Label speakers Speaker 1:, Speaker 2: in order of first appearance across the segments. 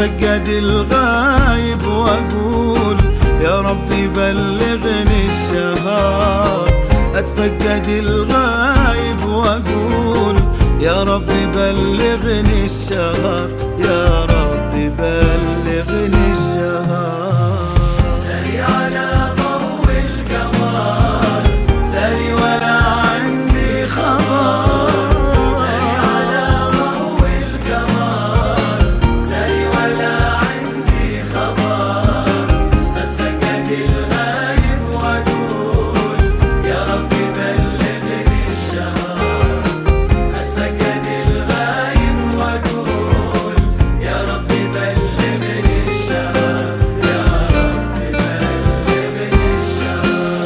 Speaker 1: اتفقد الغايب واقول يا ربي بلغني الشهر. اتفقد الغايب واقول يا ربي بلغني الشهر، يا ربي بلغني الشهر.
Speaker 2: سري على ضوء القمر، سري ولا عندي خبر. سري على ضوء القمر، سري ولا عندي خبر. اتفقد الغايب واقول يا ربي بلغني الشهر. اتفقد الغايب واقول يا ربي بلغني الشهر، يا ربي بلغني الشهر.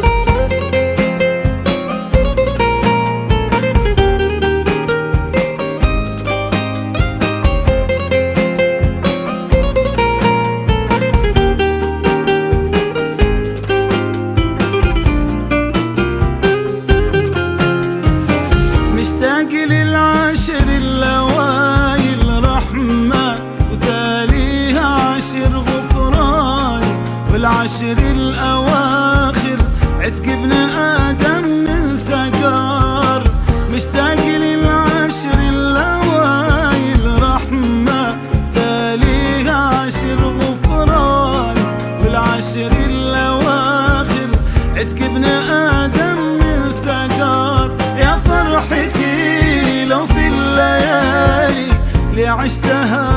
Speaker 1: مشتاق للعشر الأوائل رحمة، وتاليها عشر غفران، والعشر الأواخر عتق ابن آدم من سقار. مشتاق للعشر الأوائل رحمة، تاليها عشر غفران، والعشر الأواخر عتق ابن آدم من سقار. يا فرحتي لو في الليالي اللي عشتها